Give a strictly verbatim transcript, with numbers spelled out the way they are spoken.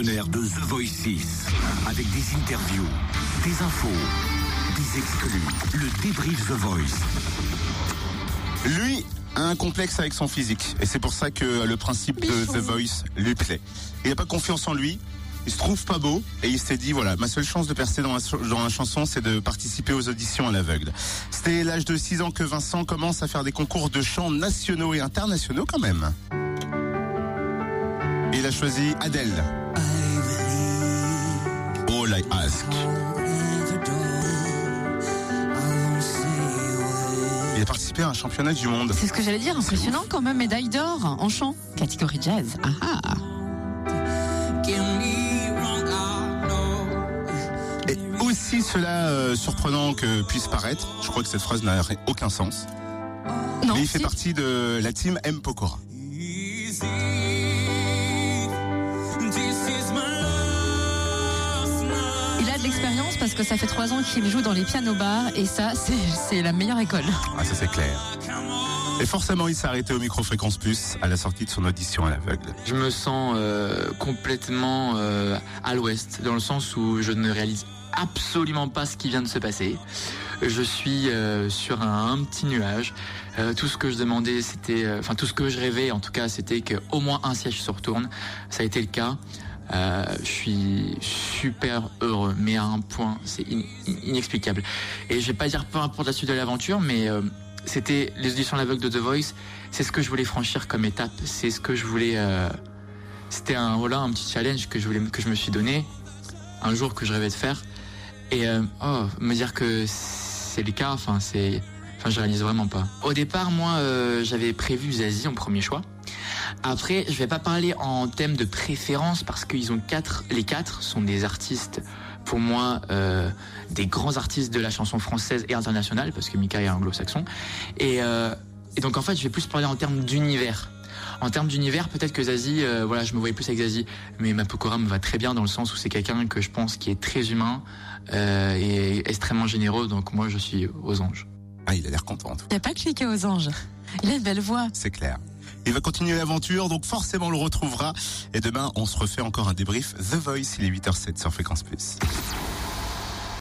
partenaire de The Voice six, avec des interviews, des infos, des exclus, le débrief The Voice. Lui a un complexe avec son physique, et c'est pour ça que le principe de The Voice lui plaît. Il n'a pas confiance en lui, il se trouve pas beau, et il s'est dit, voilà, ma seule chance de percer dans la, dans la chanson, c'est de participer aux auditions à l'aveugle. C'était à l'âge de six ans que Vincent commence à faire des concours de chant nationaux et internationaux quand même. Il a choisi Adele. All I Ask. Il a participé à un championnat du monde. C'est ce que j'allais dire, impressionnant quand même, médaille d'or en chant, catégorie jazz. Ah ah. Et aussi cela euh, surprenant que puisse paraître, je crois que cette phrase n'a aucun sens. Non, mais il fait si. partie de la team M. Pokora. Il a de l'expérience parce que ça fait trois ans qu'il joue dans les pianos-bars et ça, c'est, c'est la meilleure école. Ah, ça c'est clair. Et forcément, il s'est arrêté au Micro-Fréquence Plus à la sortie de son audition à l'aveugle. Je me sens euh, complètement euh, à l'ouest, dans le sens où je ne réalise absolument pas ce qui vient de se passer. Je suis euh, sur un, un petit nuage. Euh, tout ce que je demandais, c'était, enfin euh, tout ce que je rêvais, en tout cas, c'était qu'au moins un siège se retourne. Ça a été le cas. Euh, je suis super heureux, mais à un point, c'est in, in, inexplicable. Et je vais pas dire peu importe la suite de l'aventure, mais euh, c'était les auditions à l'aveugle de The Voice. C'est ce que je voulais franchir comme étape. C'est ce que je voulais. Euh, c'était un voilà, un petit challenge que je voulais, que je me suis donné un jour que je rêvais de faire. Et euh, oh, me dire que c'est le cas, enfin c'est, enfin je réalise vraiment pas. Au départ, moi, euh, j'avais prévu Zazie en premier choix. Après, je vais pas parler en thème de préférence parce qu'ils ont quatre, les quatre sont des artistes, pour moi, euh, des grands artistes de la chanson française et internationale, parce que Mika est anglo-saxon. Et, euh, et donc en fait, je vais plus parler en termes d'univers. En termes d'univers, peut-être que Zazie, euh, voilà, je me voyais plus avec Zazie, mais Ma Pokora me va très bien dans le sens où c'est quelqu'un que je pense qui est très humain euh, et extrêmement généreux, donc moi je suis aux anges. Ah, il a l'air content en tout cas. Il n'y a pas cliqué aux anges. Il a une belle voix. C'est clair. Il va continuer l'aventure, donc forcément on le retrouvera. Et demain, on se refait encore un débrief The Voice, il est huit heures zéro sept sur Fréquence Plus.